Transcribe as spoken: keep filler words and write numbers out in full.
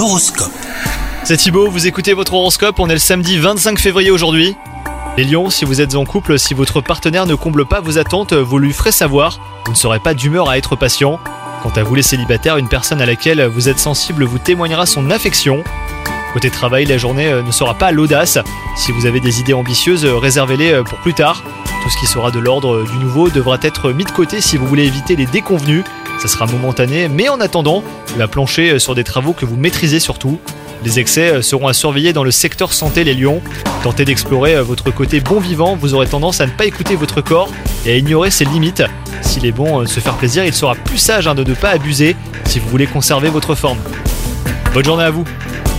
L'horoscope. C'est Thibaut, vous écoutez votre horoscope, on est le samedi vingt-cinq février aujourd'hui. Les lions, si vous êtes en couple, si votre partenaire ne comble pas vos attentes, vous lui ferez savoir, vous ne serez pas d'humeur à être patient. Quant à vous les célibataires, une personne à laquelle vous êtes sensible vous témoignera son affection. Côté travail, la journée ne sera pas à l'audace. Si vous avez des idées ambitieuses, réservez-les pour plus tard. Tout ce qui sera de l'ordre du nouveau devra être mis de côté si vous voulez éviter les déconvenus. Ça sera momentané, mais en attendant, il va plancher sur des travaux que vous maîtrisez surtout. Les excès seront à surveiller dans le secteur santé les lions. Tentez d'explorer votre côté bon vivant, vous aurez tendance à ne pas écouter votre corps et à ignorer ses limites. S'il est bon de se faire plaisir, il sera plus sage de ne pas abuser si vous voulez conserver votre forme. Bonne journée à vous.